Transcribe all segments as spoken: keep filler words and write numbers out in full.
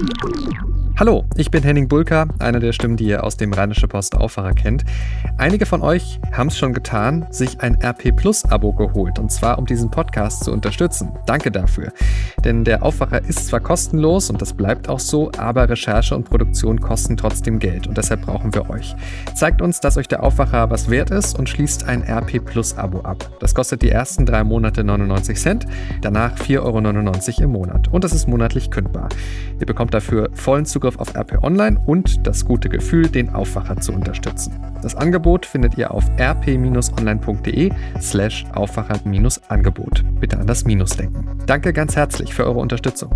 Hallo, ich bin Henning Bulka, einer der Stimmen, die ihr aus dem Rheinische Post Aufwacher kennt. Einige von euch haben es schon getan, sich ein R P Plus Abo geholt, und zwar um diesen Podcast zu unterstützen. Danke dafür. Denn der Aufwacher ist zwar kostenlos und das bleibt auch so, aber Recherche und Produktion kosten trotzdem Geld und deshalb brauchen wir euch. Zeigt uns, dass euch der Aufwacher was wert ist und schließt ein R P Plus Abo ab. Das kostet die ersten drei Monate neunundneunzig Cent, danach vier Euro neunundneunzig im Monat und das ist monatlich kündbar. Ihr bekommt dafür vollen Zugriff auf R P Online und das gute Gefühl, den Aufwacher zu unterstützen. Das Angebot findet ihr auf rp-online.de slash Aufwacher-Angebot. Bitte an das Minus denken. Danke ganz herzlich für eure Unterstützung.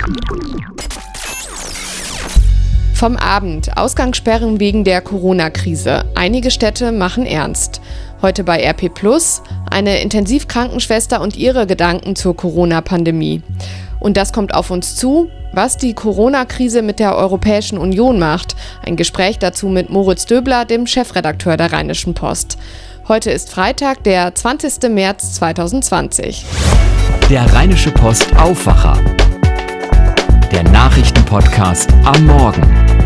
Vom Abend. Ausgangssperren wegen der Corona-Krise. Einige Städte machen ernst. Heute bei R P Plus eine Intensivkrankenschwester und ihre Gedanken zur Corona-Pandemie. Und das kommt auf uns zu, was die Corona-Krise mit der Europäischen Union macht. Ein Gespräch dazu mit Moritz Döbler, dem Chefredakteur der Rheinischen Post. Heute ist Freitag, der zwanzigster März zweitausendzwanzig. Der Rheinische Post Aufwacher. Der Nachrichtenpodcast am Morgen.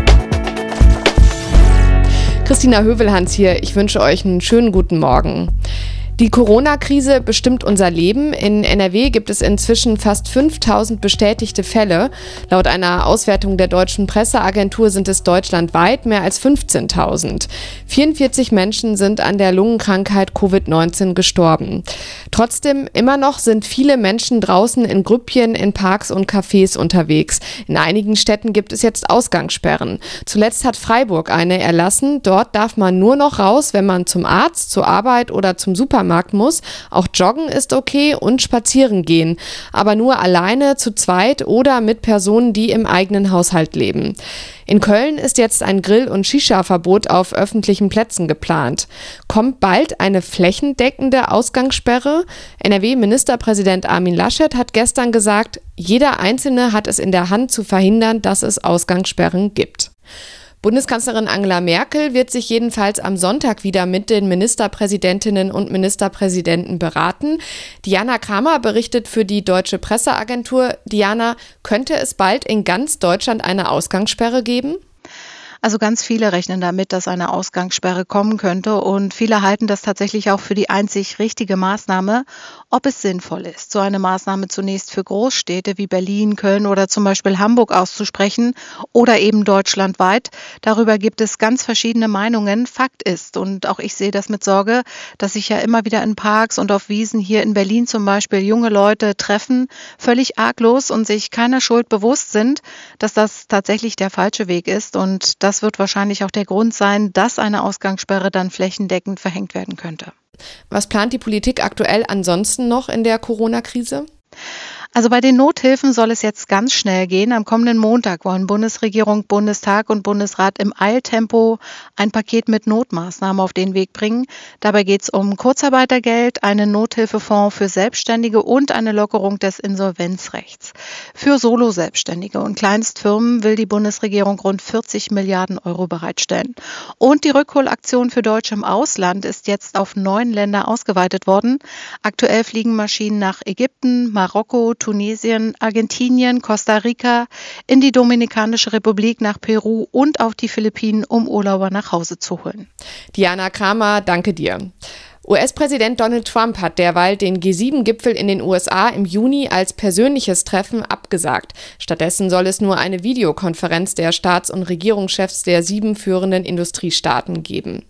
Christina Hövelhans hier. Ich wünsche euch einen schönen guten Morgen. Die Corona-Krise bestimmt unser Leben. In N R W gibt es inzwischen fast fünftausend bestätigte Fälle. Laut einer Auswertung der Deutschen Presseagentur sind es deutschlandweit mehr als fünfzehntausend. vierundvierzig Menschen sind an der Lungenkrankheit Covid neunzehn gestorben. Trotzdem, immer noch sind viele Menschen draußen in Grüppchen, in Parks und Cafés unterwegs. In einigen Städten gibt es jetzt Ausgangssperren. Zuletzt hat Freiburg eine erlassen. Dort darf man nur noch raus, wenn man zum Arzt, zur Arbeit oder zum Supermarkt muss. Auch joggen ist okay und spazieren gehen. Aber nur alleine, zu zweit oder mit Personen, die im eigenen Haushalt leben. In Köln ist jetzt ein Grill- und Shisha-Verbot auf öffentlichen Plätzen geplant. Kommt bald eine flächendeckende Ausgangssperre? N R W-Ministerpräsident Armin Laschet hat gestern gesagt, jeder Einzelne hat es in der Hand zu verhindern, dass es Ausgangssperren gibt. Bundeskanzlerin Angela Merkel wird sich jedenfalls am Sonntag wieder mit den Ministerpräsidentinnen und Ministerpräsidenten beraten. Diana Kramer berichtet für die Deutsche Presseagentur. Diana, könnte es bald in ganz Deutschland eine Ausgangssperre geben? Also ganz viele rechnen damit, dass eine Ausgangssperre kommen könnte und viele halten das tatsächlich auch für die einzig richtige Maßnahme. Ob es sinnvoll ist, so eine Maßnahme zunächst für Großstädte wie Berlin, Köln oder zum Beispiel Hamburg auszusprechen oder eben deutschlandweit, darüber gibt es ganz verschiedene Meinungen. Fakt ist, und auch ich sehe das mit Sorge, dass sich ja immer wieder in Parks und auf Wiesen hier in Berlin zum Beispiel junge Leute treffen, völlig arglos und sich keiner Schuld bewusst sind, dass das tatsächlich der falsche Weg ist und das Das wird wahrscheinlich auch der Grund sein, dass eine Ausgangssperre dann flächendeckend verhängt werden könnte. Was plant die Politik aktuell ansonsten noch in der Corona-Krise? Also bei den Nothilfen soll es jetzt ganz schnell gehen. Am kommenden Montag wollen Bundesregierung, Bundestag und Bundesrat im Eiltempo ein Paket mit Notmaßnahmen auf den Weg bringen. Dabei geht es um Kurzarbeitergeld, einen Nothilfefonds für Selbstständige und eine Lockerung des Insolvenzrechts. Für Solo-Selbstständige und Kleinstfirmen will die Bundesregierung rund vierzig Milliarden Euro bereitstellen. Und die Rückholaktion für Deutsche im Ausland ist jetzt auf neun Länder ausgeweitet worden. Aktuell fliegen Maschinen nach Ägypten, Marokko, Tunesien, Argentinien, Costa Rica, in die Dominikanische Republik, nach Peru und auf die Philippinen, um Urlauber nach Hause zu holen. Diana Kramer, danke dir. U S-Präsident Donald Trump hat derweil den G sieben Gipfel in den U S A im Juni als persönliches Treffen abgesagt. Stattdessen soll es nur eine Videokonferenz der Staats- und Regierungschefs der sieben führenden Industriestaaten geben.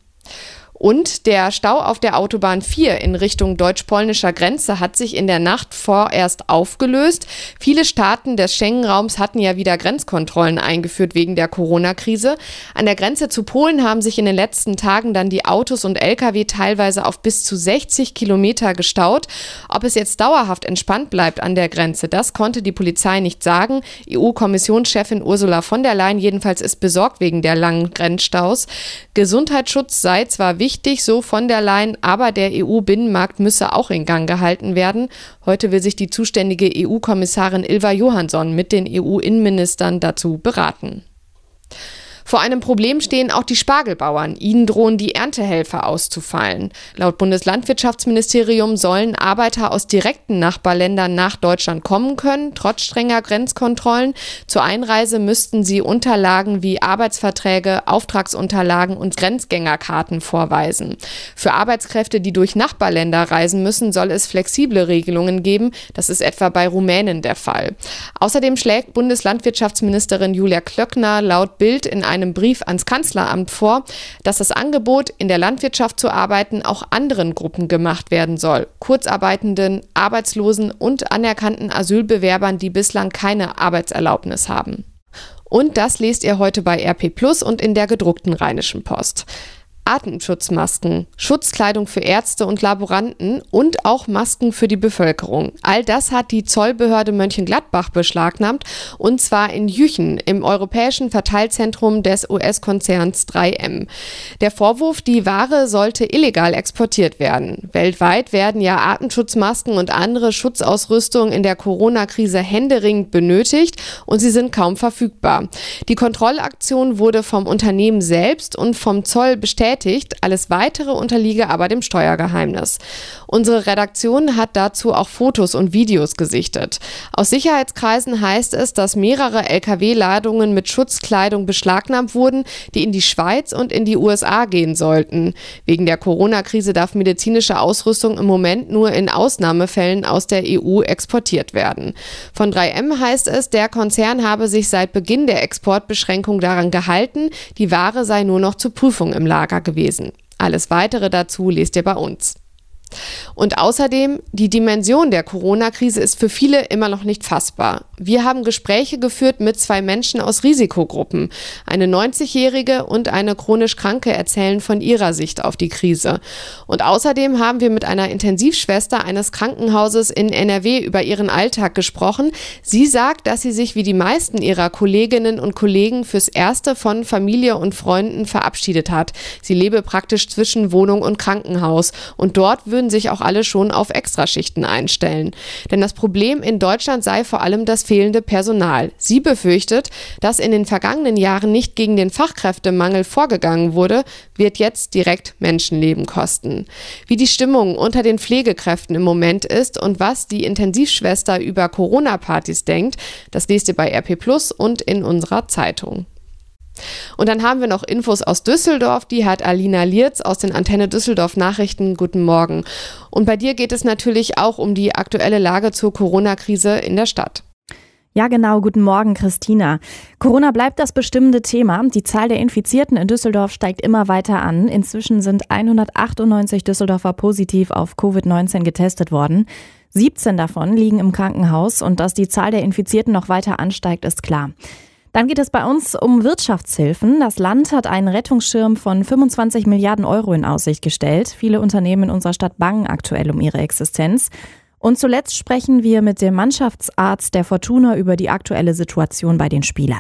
Und der Stau auf der Autobahn vier in Richtung deutsch-polnischer Grenze hat sich in der Nacht vorerst aufgelöst. Viele Staaten des Schengen-Raums hatten ja wieder Grenzkontrollen eingeführt wegen der Corona-Krise. An der Grenze zu Polen haben sich in den letzten Tagen dann die Autos und L K W teilweise auf bis zu sechzig Kilometer gestaut. Ob es jetzt dauerhaft entspannt bleibt an der Grenze, das konnte die Polizei nicht sagen. E U-Kommissionschefin Ursula von der Leyen jedenfalls ist besorgt wegen der langen Grenzstaus. Gesundheitsschutz sei zwar wichtig, Wichtig, so von der Leyen, aber der E U-Binnenmarkt müsse auch in Gang gehalten werden. Heute will sich die zuständige E U-Kommissarin Ylva Johansson mit den E U-Innenministern dazu beraten. Vor einem Problem stehen auch die Spargelbauern. Ihnen drohen die Erntehelfer auszufallen. Laut Bundeslandwirtschaftsministerium sollen Arbeiter aus direkten Nachbarländern nach Deutschland kommen können, trotz strenger Grenzkontrollen. Zur Einreise müssten sie Unterlagen wie Arbeitsverträge, Auftragsunterlagen und Grenzgängerkarten vorweisen. Für Arbeitskräfte, die durch Nachbarländer reisen müssen, soll es flexible Regelungen geben. Das ist etwa bei Rumänen der Fall. Außerdem schlägt Bundeslandwirtschaftsministerin Julia Klöckner laut Bild in einem Brief ans Kanzleramt vor, dass das Angebot, in der Landwirtschaft zu arbeiten, auch anderen Gruppen gemacht werden soll. Kurzarbeitenden, Arbeitslosen und anerkannten Asylbewerbern, die bislang keine Arbeitserlaubnis haben. Und das lest ihr heute bei R P Plus und in der gedruckten Rheinischen Post. Atemschutzmasken, Schutzkleidung für Ärzte und Laboranten und auch Masken für die Bevölkerung. All das hat die Zollbehörde Mönchengladbach beschlagnahmt, und zwar in Jüchen im europäischen Verteilzentrum des U S-Konzerns drei M. Der Vorwurf, die Ware sollte illegal exportiert werden. Weltweit werden ja Atemschutzmasken und andere Schutzausrüstung in der Corona-Krise händeringend benötigt und sie sind kaum verfügbar. Die Kontrollaktion wurde vom Unternehmen selbst und vom Zoll bestätigt. Alles Weitere unterliege aber dem Steuergeheimnis. Unsere Redaktion hat dazu auch Fotos und Videos gesichtet. Aus Sicherheitskreisen heißt es, dass mehrere L K W-Ladungen mit Schutzkleidung beschlagnahmt wurden, die in die Schweiz und in die U S A gehen sollten. Wegen der Corona-Krise darf medizinische Ausrüstung im Moment nur in Ausnahmefällen aus der E U exportiert werden. Von drei M heißt es, der Konzern habe sich seit Beginn der Exportbeschränkung daran gehalten, die Ware sei nur noch zur Prüfung im Lager gewesen. Alles Weitere dazu lest ihr bei uns. Und außerdem, die Dimension der Corona-Krise ist für viele immer noch nicht fassbar. Wir haben Gespräche geführt mit zwei Menschen aus Risikogruppen. Eine neunzigjährige und eine chronisch Kranke erzählen von ihrer Sicht auf die Krise. Und außerdem haben wir mit einer Intensivschwester eines Krankenhauses in N R W über ihren Alltag gesprochen. Sie sagt, dass sie sich wie die meisten ihrer Kolleginnen und Kollegen fürs Erste von Familie und Freunden verabschiedet hat. Sie lebe praktisch zwischen Wohnung und Krankenhaus und dort würden sich auch alle schon auf Extraschichten einstellen. Denn das Problem in Deutschland sei vor allem das fehlende Personal. Sie befürchtet, dass in den vergangenen Jahren nicht gegen den Fachkräftemangel vorgegangen wurde, wird jetzt direkt Menschenleben kosten. Wie die Stimmung unter den Pflegekräften im Moment ist und was die Intensivschwester über Corona-Partys denkt, das lest ihr bei R P Plus und in unserer Zeitung. Und dann haben wir noch Infos aus Düsseldorf, die hat Alina Lierz aus den Antenne Düsseldorf Nachrichten. Guten Morgen. Und bei dir geht es natürlich auch um die aktuelle Lage zur Corona-Krise in der Stadt. Ja genau, guten Morgen Christina. Corona bleibt das bestimmende Thema. Die Zahl der Infizierten in Düsseldorf steigt immer weiter an. Inzwischen sind hundertachtundneunzig Düsseldorfer positiv auf Covid neunzehn getestet worden. siebzehn davon liegen im Krankenhaus und dass die Zahl der Infizierten noch weiter ansteigt, ist klar. Dann geht es bei uns um Wirtschaftshilfen. Das Land hat einen Rettungsschirm von fünfundzwanzig Milliarden Euro in Aussicht gestellt. Viele Unternehmen in unserer Stadt bangen aktuell um ihre Existenz. Und zuletzt sprechen wir mit dem Mannschaftsarzt der Fortuna über die aktuelle Situation bei den Spielern.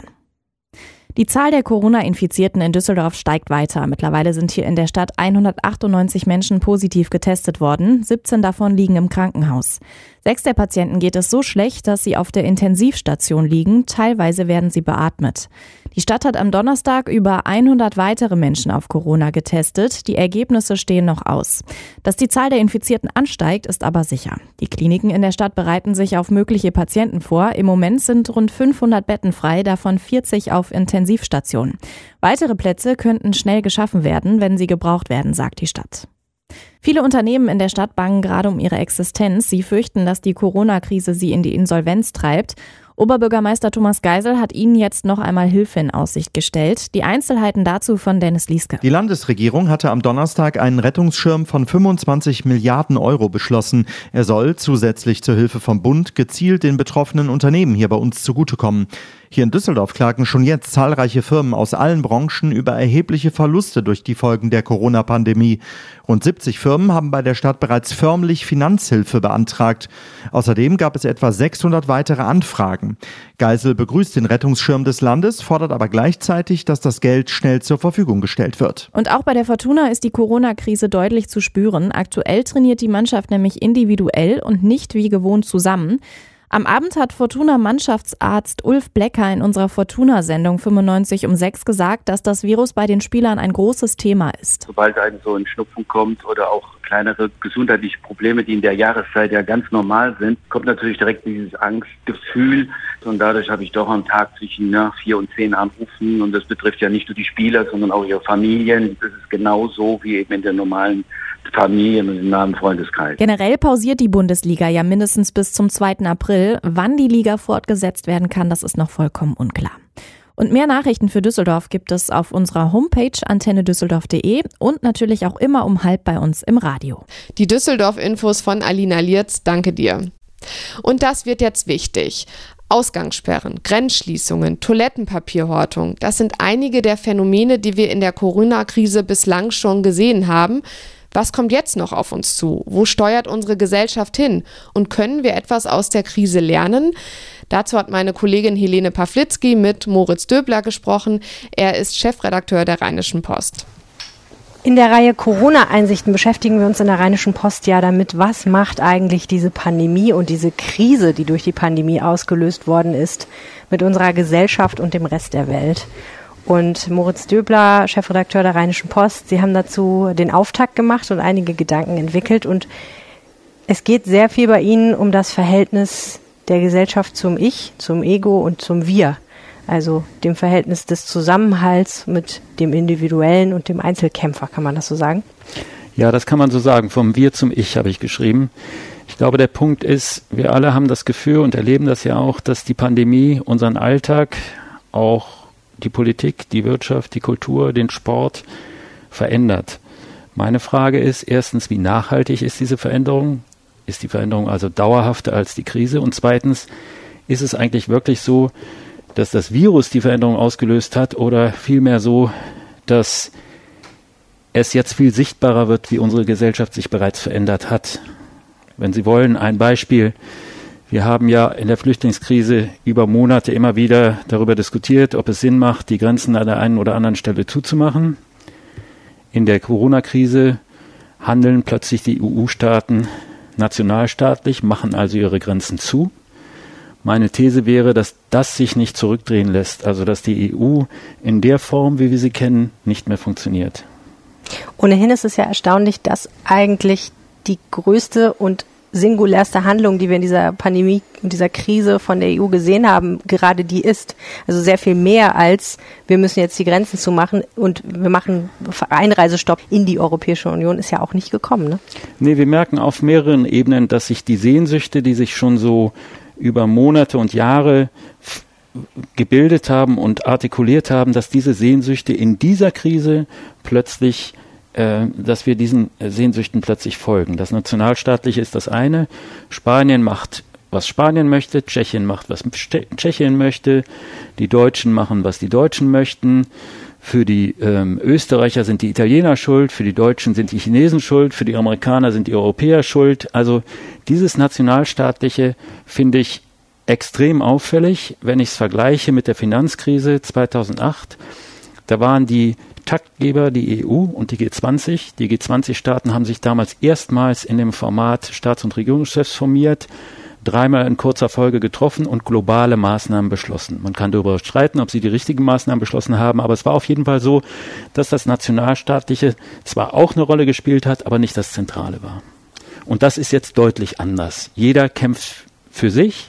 Die Zahl der Corona-Infizierten in Düsseldorf steigt weiter. Mittlerweile sind hier in der Stadt hundertachtundneunzig Menschen positiv getestet worden. siebzehn davon liegen im Krankenhaus. Sechs der Patienten geht es so schlecht, dass sie auf der Intensivstation liegen. Teilweise werden sie beatmet. Die Stadt hat am Donnerstag über hundert weitere Menschen auf Corona getestet. Die Ergebnisse stehen noch aus. Dass die Zahl der Infizierten ansteigt, ist aber sicher. Die Kliniken in der Stadt bereiten sich auf mögliche Patienten vor. Im Moment sind rund fünfhundert Betten frei, davon vierzig auf Intensivstationen. Weitere Plätze könnten schnell geschaffen werden, wenn sie gebraucht werden, sagt die Stadt. Viele Unternehmen in der Stadt bangen gerade um ihre Existenz. Sie fürchten, dass die Corona-Krise sie in die Insolvenz treibt. Oberbürgermeister Thomas Geisel hat ihnen jetzt noch einmal Hilfe in Aussicht gestellt. Die Einzelheiten dazu von Dennis Lieske. Die Landesregierung hatte am Donnerstag einen Rettungsschirm von fünfundzwanzig Milliarden Euro beschlossen. Er soll zusätzlich zur Hilfe vom Bund gezielt den betroffenen Unternehmen hier bei uns zugutekommen. Hier in Düsseldorf klagen schon jetzt zahlreiche Firmen aus allen Branchen über erhebliche Verluste durch die Folgen der Corona-Pandemie. Rund siebzig Firmen haben bei der Stadt bereits förmlich Finanzhilfe beantragt. Außerdem gab es etwa sechshundert weitere Anfragen. Geisel begrüßt den Rettungsschirm des Landes, fordert aber gleichzeitig, dass das Geld schnell zur Verfügung gestellt wird. Und auch bei der Fortuna ist die Corona-Krise deutlich zu spüren. Aktuell trainiert die Mannschaft nämlich individuell und nicht wie gewohnt zusammen. Am Abend hat Fortuna-Mannschaftsarzt Ulf Blecker in unserer Fortuna-Sendung fünfundneunzig um sechs gesagt, dass das Virus bei den Spielern ein großes Thema ist. Sobald einem so ein Schnupfen kommt oder auch kleinere gesundheitliche Probleme, die in der Jahreszeit ja ganz normal sind, kommt natürlich direkt dieses Angstgefühl. Und dadurch habe ich doch am Tag zwischen ja, vier und zehn Anrufen. Und das betrifft ja nicht nur die Spieler, sondern auch ihre Familien. Das ist genauso wie eben in der normalen Familien und im nahen Freundeskreis. Generell pausiert die Bundesliga ja mindestens bis zum zweiten April. Wann die Liga fortgesetzt werden kann, das ist noch vollkommen unklar. Und mehr Nachrichten für Düsseldorf gibt es auf unserer Homepage antenne düsseldorf punkt de und natürlich auch immer um halb bei uns im Radio. Die Düsseldorf-Infos von Alina Lierz, danke dir. Und das wird jetzt wichtig. Ausgangssperren, Grenzschließungen, Toilettenpapierhortung, das sind einige der Phänomene, die wir in der Corona-Krise bislang schon gesehen haben. Was kommt jetzt noch auf uns zu? Wo steuert unsere Gesellschaft hin? Und können wir etwas aus der Krise lernen? Dazu hat meine Kollegin Helene Pawlitzki mit Moritz Döbler gesprochen. Er ist Chefredakteur der Rheinischen Post. In der Reihe Corona-Einsichten beschäftigen wir uns in der Rheinischen Post ja damit, was macht eigentlich diese Pandemie und diese Krise, die durch die Pandemie ausgelöst worden ist, mit unserer Gesellschaft und dem Rest der Welt. Und Moritz Döbler, Chefredakteur der Rheinischen Post, Sie haben dazu den Auftakt gemacht und einige Gedanken entwickelt. Und es geht sehr viel bei Ihnen um das Verhältnis der Gesellschaft zum Ich, zum Ego und zum Wir. Also dem Verhältnis des Zusammenhalts mit dem Individuellen und dem Einzelkämpfer, kann man das so sagen? Ja, das kann man so sagen. Vom Wir zum Ich habe ich geschrieben. Ich glaube, der Punkt ist, wir alle haben das Gefühl und erleben das ja auch, dass die Pandemie unseren Alltag, auch die Politik, die Wirtschaft, die Kultur, den Sport verändert. Meine Frage ist erstens, wie nachhaltig ist diese Veränderung? Ist die Veränderung also dauerhafter als die Krise? Und zweitens, ist es eigentlich wirklich so, dass das Virus die Veränderung ausgelöst hat oder vielmehr so, dass es jetzt viel sichtbarer wird, wie unsere Gesellschaft sich bereits verändert hat? Wenn Sie wollen, ein Beispiel. Wir haben ja in der Flüchtlingskrise über Monate immer wieder darüber diskutiert, ob es Sinn macht, die Grenzen an der einen oder anderen Stelle zuzumachen. In der Corona-Krise handeln plötzlich die E U-Staaten nationalstaatlich, machen also ihre Grenzen zu. Meine These wäre, dass das sich nicht zurückdrehen lässt, also dass die E U in der Form, wie wir sie kennen, nicht mehr funktioniert. Ohnehin ist es ja erstaunlich, dass eigentlich die größte und singulärste Handlung, die wir in dieser Pandemie und dieser Krise von der E U gesehen haben, gerade die ist. Also sehr viel mehr als, wir müssen jetzt die Grenzen zumachen und wir machen Einreisestopp in die Europäische Union, ist ja auch nicht gekommen, ne? Nee, wir merken auf mehreren Ebenen, dass sich die Sehnsüchte, die sich schon so über Monate und Jahre f- gebildet haben und artikuliert haben, dass diese Sehnsüchte in dieser Krise plötzlich dass wir diesen Sehnsüchten plötzlich folgen. Das Nationalstaatliche ist das eine. Spanien macht, was Spanien möchte. Tschechien macht, was Tschechien möchte. Die Deutschen machen, was die Deutschen möchten. Für die ähm, Österreicher sind die Italiener schuld. Für die Deutschen sind die Chinesen schuld. Für die Amerikaner sind die Europäer schuld. Also dieses Nationalstaatliche finde ich extrem auffällig, wenn ich es vergleiche mit der Finanzkrise zweitausendacht. Da waren die Taktgeber, die E U und die G zwanzig. Die G zwanzig-Staaten haben sich damals erstmals in dem Format Staats- und Regierungschefs formiert, dreimal in kurzer Folge getroffen und globale Maßnahmen beschlossen. Man kann darüber streiten, ob sie die richtigen Maßnahmen beschlossen haben, aber es war auf jeden Fall so, dass das Nationalstaatliche zwar auch eine Rolle gespielt hat, aber nicht das Zentrale war. Und das ist jetzt deutlich anders. Jeder kämpft für sich.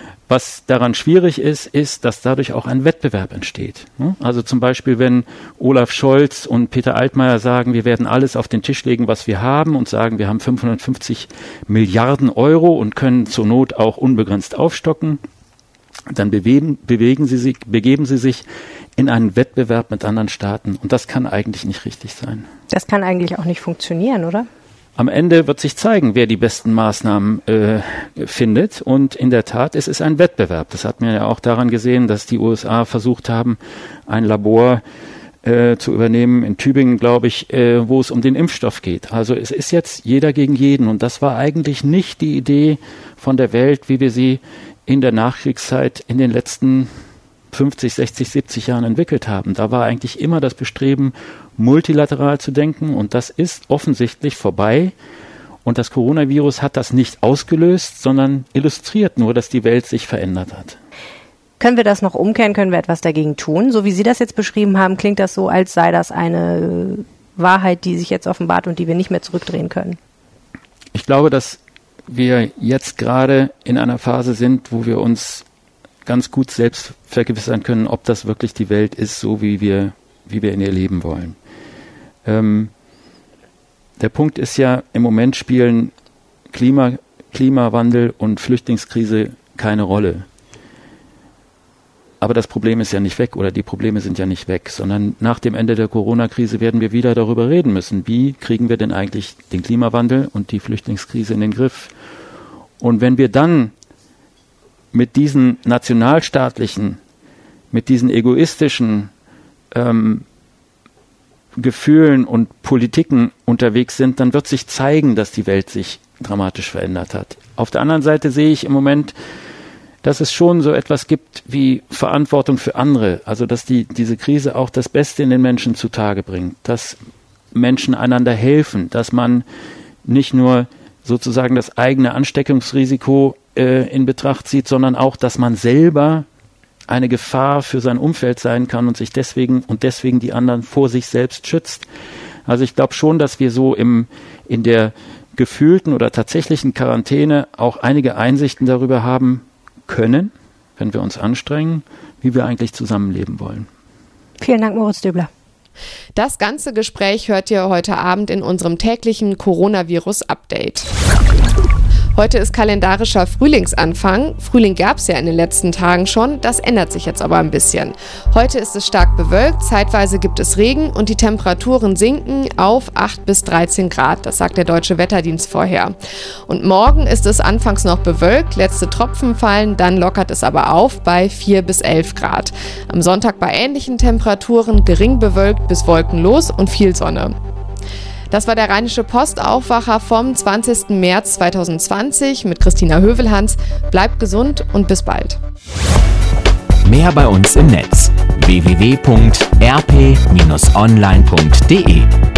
Was daran schwierig ist, ist, dass dadurch auch ein Wettbewerb entsteht. Also zum Beispiel, wenn Olaf Scholz und Peter Altmaier sagen, wir werden alles auf den Tisch legen, was wir haben und sagen, wir haben fünfhundertfünfzig Milliarden Euro und können zur Not auch unbegrenzt aufstocken, dann bewegen, bewegen sie sich, begeben sie sich in einen Wettbewerb mit anderen Staaten. Und das kann eigentlich nicht richtig sein. Das kann eigentlich auch nicht funktionieren, oder? Am Ende wird sich zeigen, wer die besten Maßnahmen äh, findet. Und in der Tat, es ist ein Wettbewerb. Das hat man ja auch daran gesehen, dass die U S A versucht haben, ein Labor äh, zu übernehmen, in Tübingen, glaube ich, äh, wo es um den Impfstoff geht. Also es ist jetzt jeder gegen jeden. Und das war eigentlich nicht die Idee von der Welt, wie wir sie in der Nachkriegszeit in den letzten fünfzig, sechzig, siebzig Jahren entwickelt haben. Da war eigentlich immer das Bestreben, multilateral zu denken, und das ist offensichtlich vorbei. Und das Coronavirus hat das nicht ausgelöst, sondern illustriert nur, dass die Welt sich verändert hat. Können wir das noch umkehren? Können wir etwas dagegen tun? So wie Sie das jetzt beschrieben haben, klingt das so, als sei das eine Wahrheit, die sich jetzt offenbart und die wir nicht mehr zurückdrehen können. Ich glaube, dass wir jetzt gerade in einer Phase sind, wo wir uns ganz gut selbst vergewissern können, ob das wirklich die Welt ist, so wie wir, wie wir in ihr leben wollen. Ähm, der Punkt ist ja, im Moment spielen Klima, Klimawandel und Flüchtlingskrise keine Rolle. Aber das Problem ist ja nicht weg oder die Probleme sind ja nicht weg, sondern nach dem Ende der Corona-Krise werden wir wieder darüber reden müssen, wie kriegen wir denn eigentlich den Klimawandel und die Flüchtlingskrise in den Griff. Und wenn wir dann mit diesen nationalstaatlichen, mit diesen egoistischen ähm, Gefühlen und Politiken unterwegs sind, dann wird sich zeigen, dass die Welt sich dramatisch verändert hat. Auf der anderen Seite sehe ich im Moment, dass es schon so etwas gibt wie Verantwortung für andere, also dass die, diese Krise auch das Beste in den Menschen zutage bringt, dass Menschen einander helfen, dass man nicht nur sozusagen das eigene Ansteckungsrisiko äh, in Betracht zieht, sondern auch, dass man selber eine Gefahr für sein Umfeld sein kann und sich deswegen und deswegen die anderen vor sich selbst schützt. Also ich glaube schon, dass wir so im, in der gefühlten oder tatsächlichen Quarantäne auch einige Einsichten darüber haben können, wenn wir uns anstrengen, wie wir eigentlich zusammenleben wollen. Vielen Dank, Moritz Döbler. Das ganze Gespräch hört ihr heute Abend in unserem täglichen Coronavirus-Update. Heute ist kalendarischer Frühlingsanfang. Frühling gab es ja in den letzten Tagen schon, das ändert sich jetzt aber ein bisschen. Heute ist es stark bewölkt, zeitweise gibt es Regen und die Temperaturen sinken auf acht bis dreizehn Grad, das sagt der Deutsche Wetterdienst vorher. Und morgen ist es anfangs noch bewölkt, letzte Tropfen fallen, dann lockert es aber auf bei vier bis elf Grad. Am Sonntag bei ähnlichen Temperaturen gering bewölkt bis wolkenlos und viel Sonne. Das war der Rheinische Post Aufwacher vom zwanzigsten März zweitausendzwanzig mit Christina Hövelhans. Bleibt gesund und bis bald. Mehr bei uns im Netz w w w punkt r p Bindestrich online punkt d e